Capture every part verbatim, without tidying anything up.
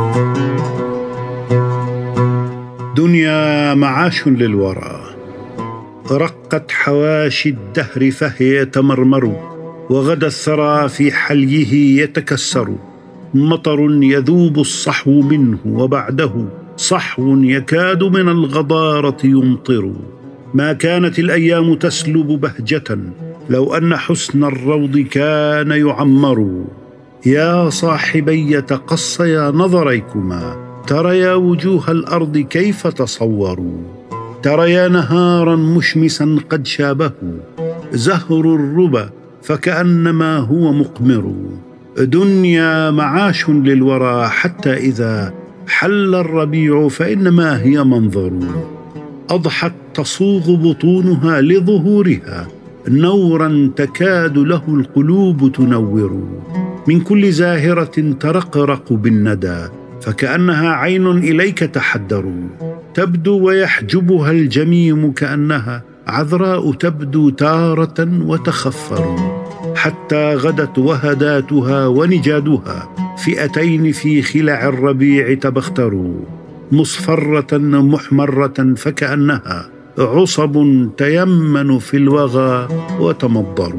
دنيا معاش للورى، رقت حواشي الدهر فهي يتمرمر، وغدا الثرى في حليه يتكسر. مطر يذوب الصحو منه، وبعده صحو يكاد من الغضارة يمطر. ما كانت الأيام تسلب بهجة، لو أن حسن الروض كان يعمر. يا صاحبي تقصيا نظريكما، تريا وجوه الأرض كيف تصوروا. تريا نهارا مشمسا قد شابه، زهر الربا فكأنما هو مقمر. دنيا معاش للورى، حتى إذا حل الربيع فإنما هي منظر. أضحت تصوغ بطونها لظهورها، نورا تكاد له القلوب تنور. من كل زاهرة ترقرق بالندى، فكأنها عين إليك تحدر. تبدو ويحجبها الجميم، كأنها عذراء تبدو تارة وتخفر. حتى غدت وهداتها ونجادها، فئتين في خلع الربيع تبختر. مصفرة محمرة فكأنها عصب تيمن في الوغى وتمضر.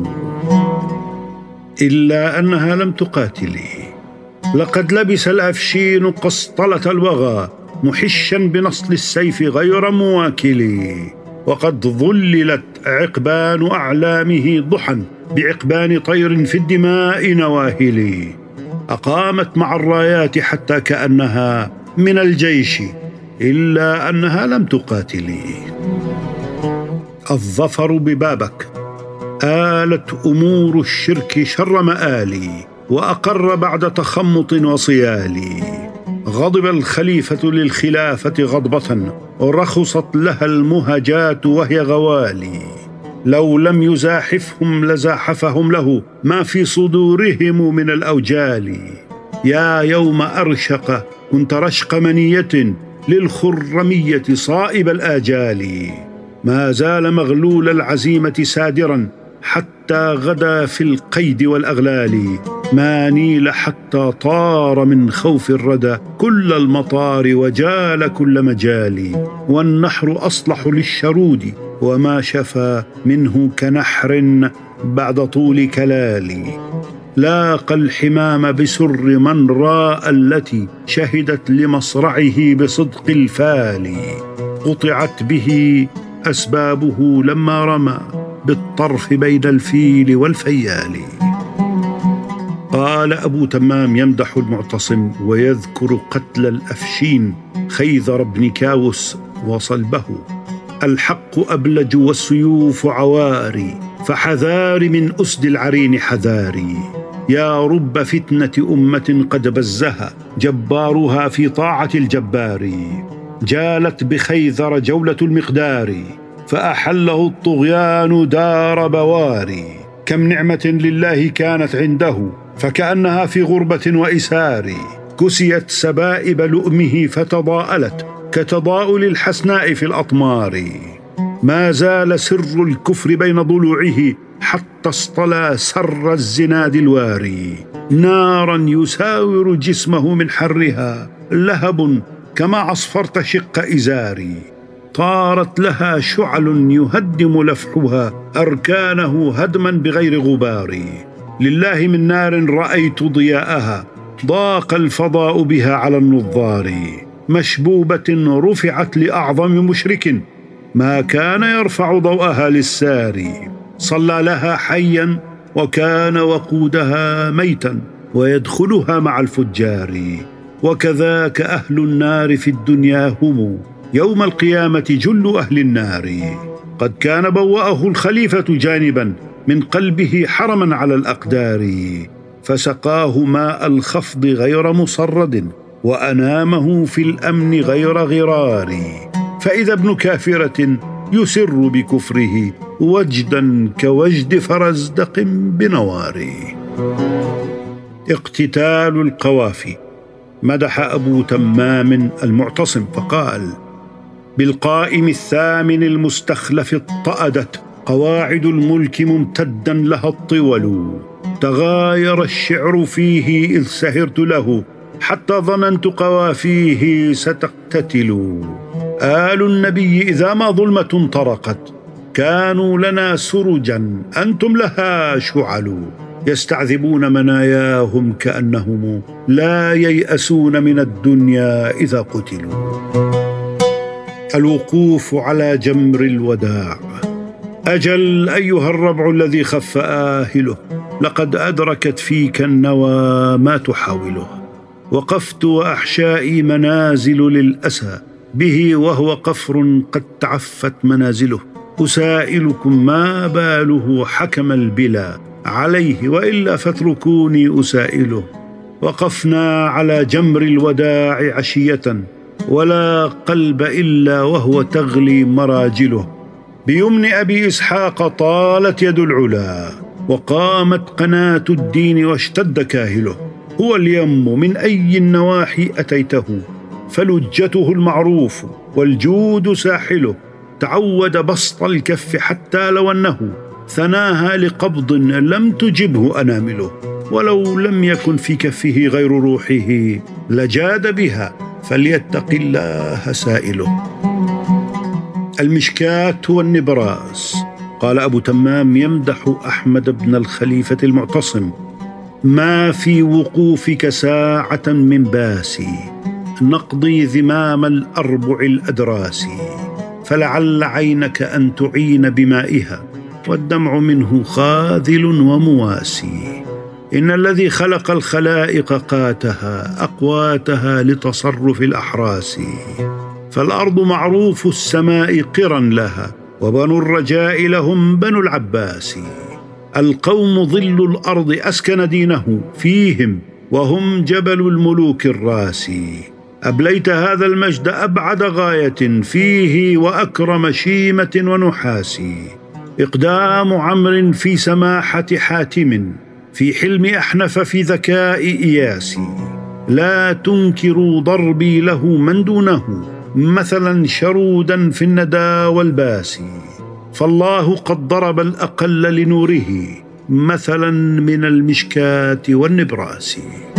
إلا أنها لم تقاتلي، لقد لبس الأفشين قسطلة الوغى، محشا بنصل السيف غير مواكل. وقد ظللت عقبان أعلامه ضحى، بعقبان طير في الدماء نواهل. أقامت مع الرايات حتى كأنها من الجيش، إلا أنها لم تقاتل. الظفر ببابك، آلت أمور الشرك شر مآلي، وأقر بعد تخمط وصيال. غضب الخليفة للخلافة غضبة، رخصت لها المهجات وهي غوالي. لو لم يزاحفهم لزاحفهم له ما في صدورهم من الأوجال. يا يوم أرشق كنت رشق منية، للخرمية صائب الآجال. ما زال مغلول العزيمة سادرا، حتى غدا في القيد والأغلال. ما نيل حتى طار من خوف الردى كل المطار، وجال كل مجال. والنحر أصلح للشرود، وما شفى منه كنحر بعد طول كلال. لاقى الحمام بسر من راى التي شهدت لمصرعه بصدق الفال. قطعت به أسبابه لما رمى بالطرف بين الفيل والفيال. قال أبو تمام يمدح المعتصم ويذكر قتل الأفشين خيذر بن كاوس وصلبه: الحق أبلج والسيوف عواري، فحذار من أسد العرين حذاري. يا رب فتنة أمة قد بزها جبارها في طاعة الجبار. جالت بخيذر جولة المقدار، فأحله الطغيان دار بواري. كم نعمة لله كانت عنده، فكأنها في غربة وإسار. كسيت سبائب لؤمه فتضاءلت، كتضاؤل الحسناء في الأطمار. ما زال سر الكفر بين ضلوعه، حتى اصطلى سر الزناد الواري. نارا يساور جسمه من حرها، لهب كما عصفرت شق إزاري. طارت لها شعل يهدم لفحها أركانه هدما بغير غبار. لله من نار رأيت ضياءها، ضاق الفضاء بها على النظار. مشبوبة رفعت لأعظم مشرك، ما كان يرفع ضوءها للساري. صلى لها حيا وكان وقودها ميتا، ويدخلها مع الفجار. وكذاك أهل النار في الدنيا هم يوم القيامة جل أهل النار. قد كان بوأه الخليفة جانبا من قلبه حرما على الأقدار، فسقاه ماء الخفض غير مصرد، وأنامه في الأمن غير غرار. فإذا ابن كافرة يسر بكفره، وجدا كوجد فرزدق بنوار. اقتتال القوافي. مدح أبو تمام المعتصم فقال: بالقائم الثامن المستخلف اطأدت قواعد الملك ممتدا لها الطول. تغاير الشعر فيه إذ سهرت له، حتى ظننت قوافيه ستقتتل. آل النبي إذا ما ظلمة طرقت كانوا لنا سرجا أنتم لها شعل. يستعذبون مناياهم كأنهم لا ييأسون من الدنيا إذا قتلوا. الوقوف على جمر الوداع. أجل أيها الربع الذي خف آهله، لقد أدركت فيك النوى ما تحاوله. وقفت وأحشائي منازل للأسى، به وهو قفر قد تعفت منازله. أسائلكم ما باله حكم البلا عليه، وإلا فاتركوني أسائله. وقفنا على جمر الوداع عشية، ولا قلب إلا وهو تغلي مراجله. بيمن أبي إسحاق طالت يد العلا، وقامت قناة الدين واشتد كاهله. هو اليم من أي النواحي أتيته، فلجته المعروف والجود ساحله. تعود بسط الكف حتى لو أنه ثناها لقبض لم تجبه أنامله. ولو لم يكن في كفه غير روحه لجاد بها، فليتق الله سائله. المشكاة والنبراس. قال أبو تمام يمدح أحمد بن الخليفة المعتصم: ما في وقوفك ساعة من باسي، نقضي ذمام الأربع الأدراس. فلعل عينك أن تعين بمائها، والدمع منه خاذل ومواسي. إن الذي خلق الخلائق قاتها أقواتها لتصرف الأحراس. فالأرض معروف السماء قرا لها، وبنو الرجاء لهم بنو العباس. القوم ظل الأرض أسكن دينه فيهم، وهم جبل الملوك الراسي. أبليت هذا المجد أبعد غاية فيه، وأكرم شيمة ونحاس. إقدام عمرو في سماحة حاتم، في حلم أحنف في ذكاء إياس. لا تنكروا ضربي له من دونه، مثلا شرودا في الندى والباس. فالله قد ضرب الأقل لنوره، مثلا من المشكاة والنبراس.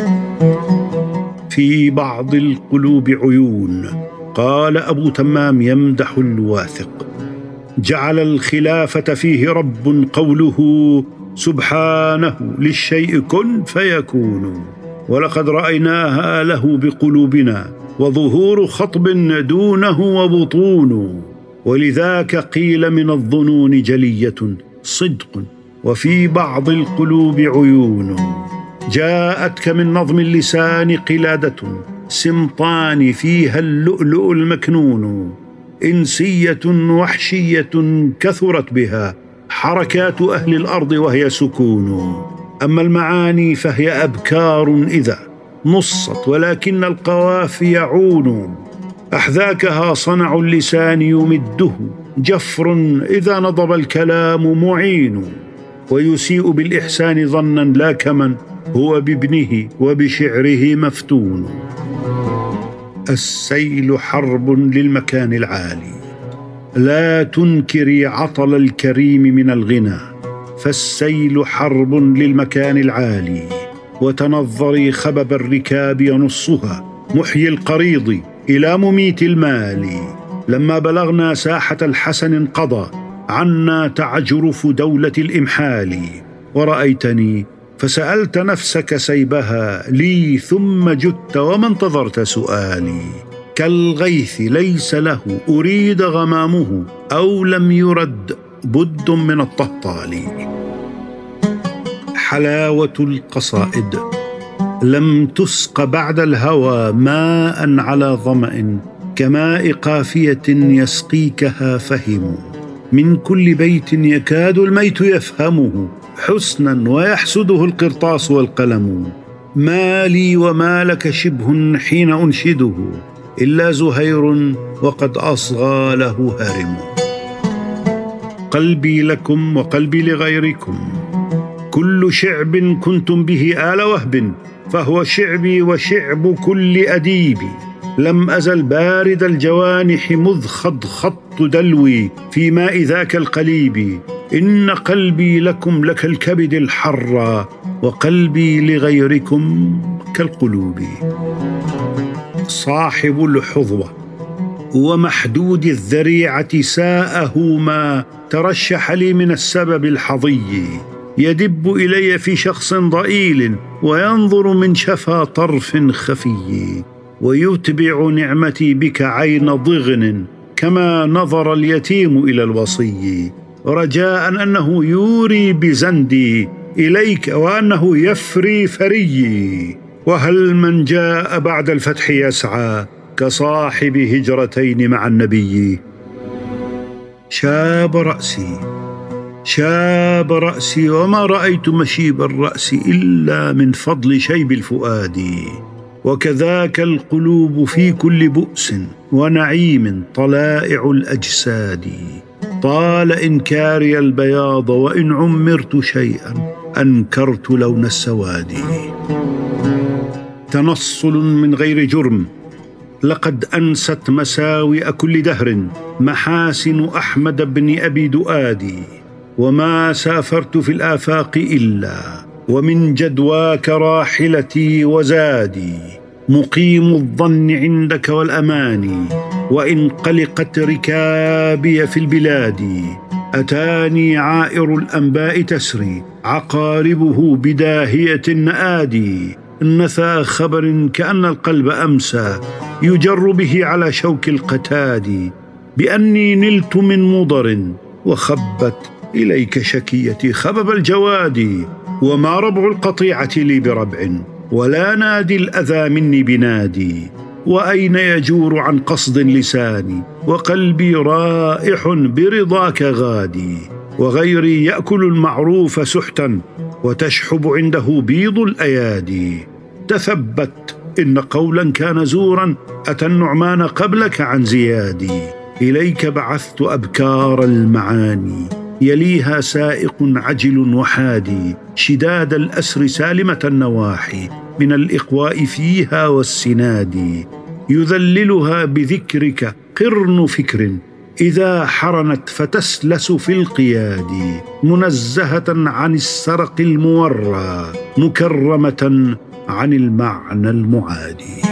في بعض القلوب عيون. قال أبو تمام يمدح الواثق: جعل الخلافة فيه رب قوله سبحانه للشيء كن فيكون. ولقد رأيناها له بقلوبنا، وظهور خطب دونه وبطون. ولذاك قيل من الظنون جلية صدق، وفي بعض القلوب عيون. جاءتك من نظم اللسان قلادة سمطان، فيها اللؤلؤ المكنون. إنسية وحشية كثرت بها حركات أهل الأرض وهي سكون. أما المعاني فهي أبكار إذا نصت، ولكن القوافي عون. أحذاكها صنع اللسان يمده، جفر إذا نضب الكلام معين. ويسيء بالإحسان ظنا لا كمن هو بابنه وبشعره مفتون. السيل حرب للمكان العالي. لا تنكري عطل الكريم من الغنى، فالسيل حرب للمكان العالي. وتنظري خبب الركاب ينصها، محيي القريض إلى مميت المال. لما بلغنا ساحة الحسن انقضى عنا تعجرف دولة الإمحال. ورأيتني فسألت نفسك سيبها لي، ثم جدت وما انتظرت سؤالي. كالغيث ليس له أريد غمامه، أو لم يرد بد من الطهطال. حلاوة القصائد. لم تسق بعد الهوى ماء على ظمأ، كماء قافية يسقيكها فهم. من كل بيت يكاد الميت يفهمه، حسنا ويحسده القرطاس والقلم. ما لي وما لك شبه حين أنشده، إلا زهير وقد أصغى له هارم. قلبي لكم وقلبي لغيركم، كل شعب كنتم به آل وهب، فهو شعبي وشعب كل أديب. لم أزل بارد الجوانح مذ خضخضت دلوي في ماء ذاك القليب. إن قلبي لكم لكالكبد الحرى، وقلبي لغيركم كالقلوب. صاحب الحظوة ومحدود الذريعة ساءه ما ترشح لي من السبب الحظي، يدب إلي في شخص ضئيل وينظر من شفا طرف خفي، ويتبع نعمتي بك عين ضغن كما نظر اليتيم إلى الوصي، رجاء أنه يوري بزندي إليك وأنه يفري فريي. وهل من جاء بعد الفتح يسعى كصاحب هجرتين مع النبي؟ شاب رأسي شاب رأسي وما رأيت مشيب الرأس إلا من فضل شيب الفؤاد، وكذاك القلوب في كل بؤس ونعيم طلائع الأجساد. طال إنكاري البياض وإن عمرت شيئا أنكرت لون السواد. تنصل من غير جرم لقد أنست مساوئ كل دهر محاسن أحمد بن أبي دؤاد، وما سافرت في الآفاق إلا ومن جدواك راحلتي وزادي، مقيم الظن عندك والأمان، وإن قلقت ركابي في البلاد، أتاني عائر الأنباء تسري عقاربه بداهية النآدي، نثى خبر كأن القلب أمسى يجر به على شوك القتاد، بأني نلت من مضر وخبت إليك شكيتي خبب الجواد، وما ربع القطيعة لي بربع ولا نادي الأذى مني بنادي، وأين يجور عن قصد لساني وقلبي رائح برضاك غادي، وغيري يأكل المعروف سحتا وتشحب عنده بيض الأيادي. تثبت إن قولا كان زورا أتى النعمان قبلك عن زيادي، إليك بعثت أبكار المعاني يليها سائق عجل وحادي، شداد الأسر سالمة النواحي من الإقواء فيها والسناد، يذللها بذكرك قرن فكر إذا حرنت فتسلس في القياد، منزهة عن السرق المورى مكرمة عن المعنى المعادي.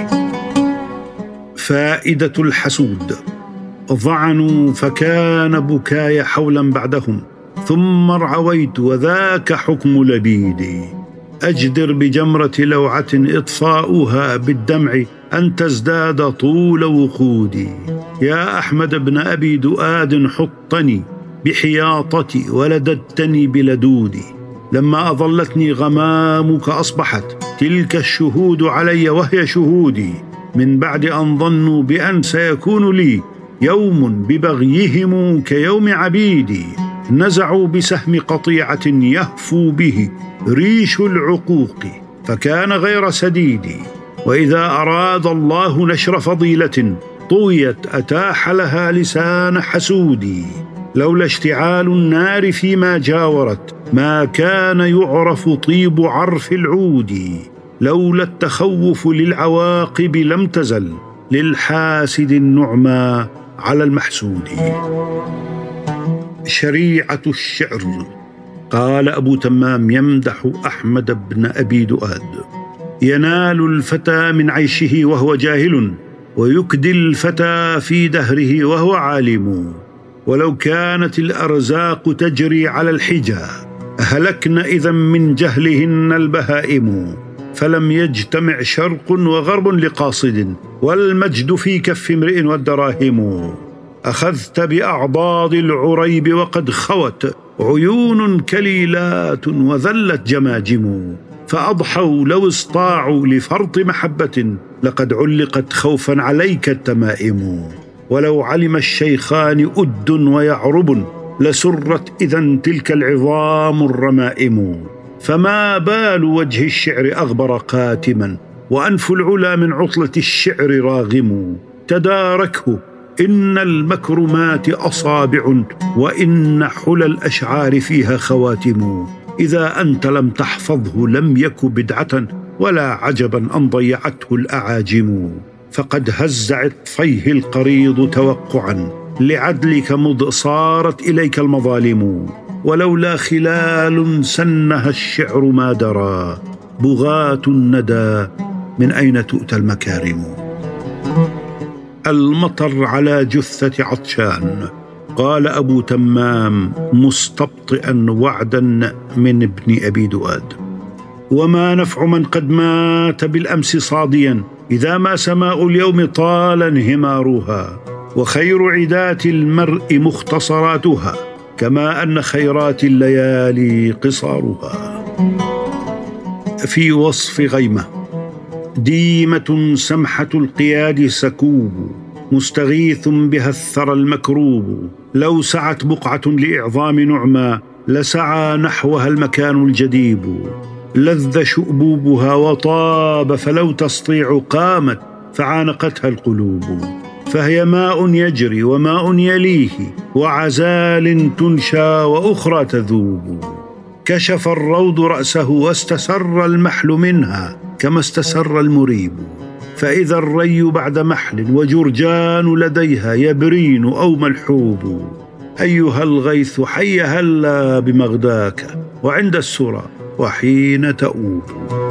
فائدة الحسود ضعنوا فكان بكاي حولا بعدهم، ثم ارعويت وذاك حكم لبيدي، أجدر بجمرة لوعة إطفاؤها بالدمع أن تزداد طول وقودي. يا أحمد بن أبي دؤاد حطني بحياطتي ولددتني بلدودي، لما أظلتني غمامك أصبحت تلك الشهود علي وهي شهودي، من بعد أن ظنوا بأن سيكون لي يوم ببغيهم كيوم عبيدي، نزعوا بسهم قطيعة يهفو به ريش العقوق فكان غير سديدي، وإذا أراد الله نشر فضيلة طويت أتاح لها لسان حسودي، لولا اشتعال النار فيما جاورت ما كان يعرف طيب عرف العود، لولا التخوف للعواقب لم تزل للحاسد النعمى على المحسود. شريعة الشعر. قال أبو تمام يمدح أحمد بن أبي دؤاد: ينال الفتى من عيشه وهو جاهل، ويكدي الفتى في دهره وهو عالم، ولو كانت الأرزاق تجري على الحجى هلكن إذا من جهلهن البهائم، فلم يجتمع شرق وغرب لقاصد، والمجد في كف امرئ والدراهم. أخذت بأعضاض العريب وقد خوت عيون كليلات وذلت جماجم، فأضحوا لو استطاعوا لفرط محبة لقد علقت خوفا عليك التمائم، ولو علم الشيخان أد ويعرب لسرت إذا تلك العظام الرمائم، فما بال وجه الشعر أغبر قاتما وأنف العلا من عطلة الشعر راغم، تداركه إن المكرمات أصابع وإن حلى الأشعار فيها خواتم، إذا أنت لم تحفظه لم يك بدعة ولا عجبا أن ضيعته الأعاجم، فقد هز عطفيه القريض توقعا لعدلك مذ صارت إليك المظالم، ولولا خلال سنها الشعر ما درى، بغاة الندى من أين تؤتى المكارم. المطر على جثة عطشان، قال أبو تمام مستبطئا وعدا من ابن أبي دؤاد. وما نفع من قد مات بالأمس صاديا، إذا ما سماء اليوم طال انهمارها. وخير عدات المرء مختصراتها، كما أن خيرات الليالي قصارها. في وصف غيمة: ديمة سمحة القياد سكوب، مستغيث بها الثرى المكروب. لو سعت بقعة لإعظام نعمى، لسعى نحوها المكان الجديب. لذ شؤبوبها وطاب، فلو تسطيع قامت فعانقتها القلوب. فهي ماء يجري وماء يليه، وعزال تنشى وأخرى تذوب. كشف الروض رأسه واستسر المحل منها، كما استسر المريب. فإذا الري بعد محل، وجرجان لديها يبرين أو ملحوب. أيها الغيث حي هلا بمغداك، وعند السرى وحين تؤوب.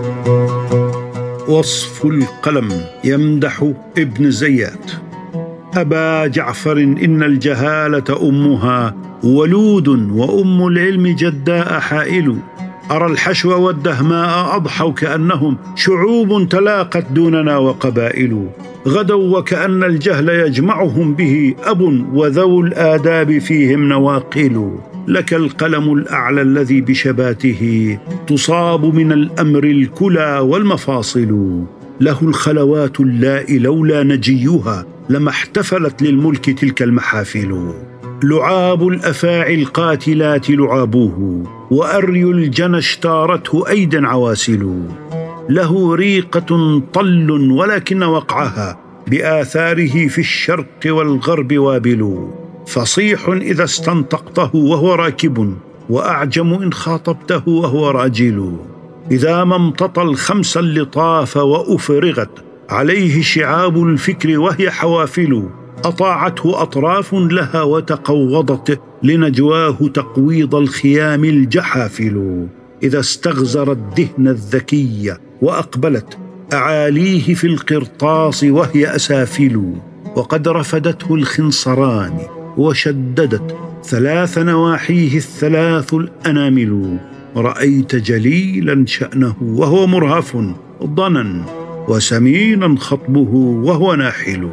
وصف القلم: يمدح ابن زيات: أبا جعفر إن الجهالة أمها ولود، وأم العلم جداء حائل. أرى الحشو والدهماء أضحوا كأنهم شعوب تلاقت دوننا وقبائل. غدوا وكأن الجهل يجمعهم به أب، وذو الآداب فيهم نواقل. لك القلم الأعلى الذي بشباته تصاب من الأمر الكلى والمفاصل. له الخلوات اللائي لولا نجيها، لما احتفلت للملك تلك المحافل. لعاب الأفاعي القاتلات لعابوه، وأري الجنى اشتارته أيد عواسل. له ريقة طل ولكن وقعها بآثاره في الشرق والغرب وابل. فصيح إذا استنطقته وهو راكب، وأعجم إن خاطبته وهو راجل. إذا ما امتطى الخمس اللطاف وأفرغت عليه شعاب الفكر وهي حوافل. أطاعته أطراف لها وتقوضت لنجواه تقويض الخيام الجحافل. إذا استغزر الدهن الذكية وأقبلت أعاليه في القرطاس وهي أسافل. وقد رفدته الخنصران وشددت ثلاث نواحيه الثلاث الأنامل. رأيت جليلا شأنه وهو مرهف ضنا، وسمينا خطبه وهو ناحل.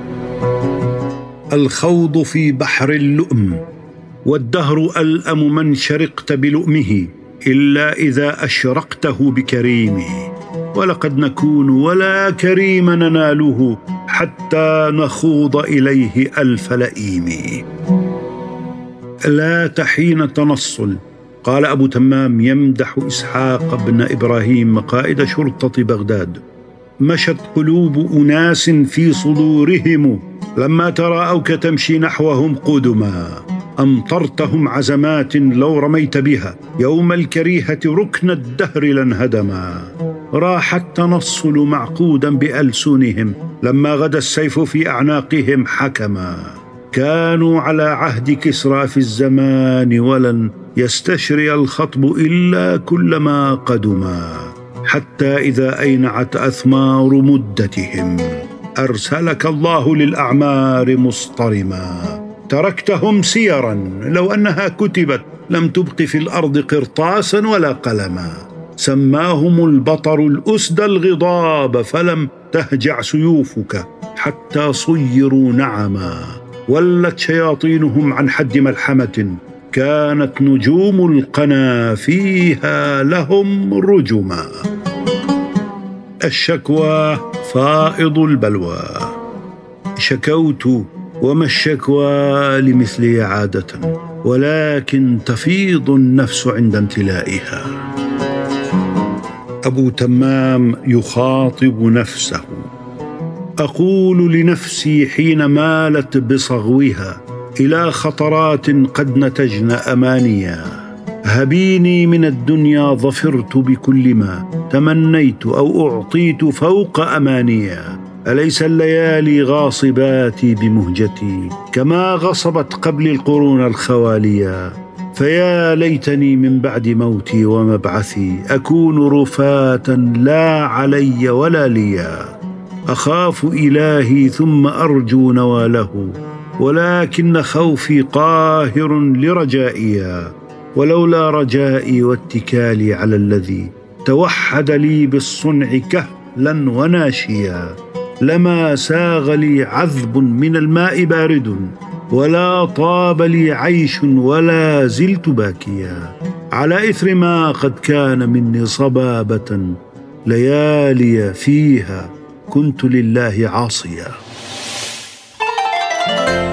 الخوض في بحر اللؤم: والدهر ألأم من شرقت بلؤمه، إلا إذا أشرقته بكريمه. ولقد نكون ولا كريم نناله، حتى نخوض إليه ألف لئيم. لا تحين تنصل، قال أبو تمام يمدح إسحاق بن إبراهيم قائد شرطة بغداد: مشت قلوب أناس في صدورهم لما تراءوك تمشي نحوهم قدما. أمطرتهم عزمات لو رميت بها يوم الكريهة ركن الدهر لانهدما. راح التنصل معقودا بألسنهم لما غدا السيف في أعناقهم حكما. كانوا على عهد كسرى في الزمان، ولن يستشري الخطب إلا كلما قدما. حتى إذا أينعت أثمار مدتهم، أرسلك الله للأعمار مصطرما. تركتهم سيرا لو أنها كتبت، لم تبق في الأرض قرطاسا ولا قلما. سماهم البطر الأسد الغضاب، فلم تهجع سيوفك حتى صيروا نعما. ولت شياطينهم عن حد ملحمة، كانت نجوم القنا فيها لهم رجما. الشكوى فائض البلوى: شكوت وما الشكوى لمثلي عادة، ولكن تفيض النفس عند امتلائها. أبو تمام يخاطب نفسه: أقول لنفسي حين مالت بصغوها إلى خطرات قد نتجن أمانيا، هبيني من الدنيا ظفرت بكل ما تمنيت أو أعطيت فوق أمانيا. أليس الليالي غاصباتي بمهجتي، كما غصبت قبل القرون الخواليا. فيا ليتني من بعد موتي ومبعثي أكون رفاة لا علي ولا ليا، أخاف إلهي ثم أرجو نواله، ولكن خوفي قاهر لرجائي، ولولا رجائي واتكالي على الذي توحد لي بالصنع كهلا وناشيا، لما ساغ لي عذب من الماء بارد، ولا طاب لي عيش ولا زلت باكيا، على إثر ما قد كان مني صبابة ليالي فيها كنت لله عاصيا.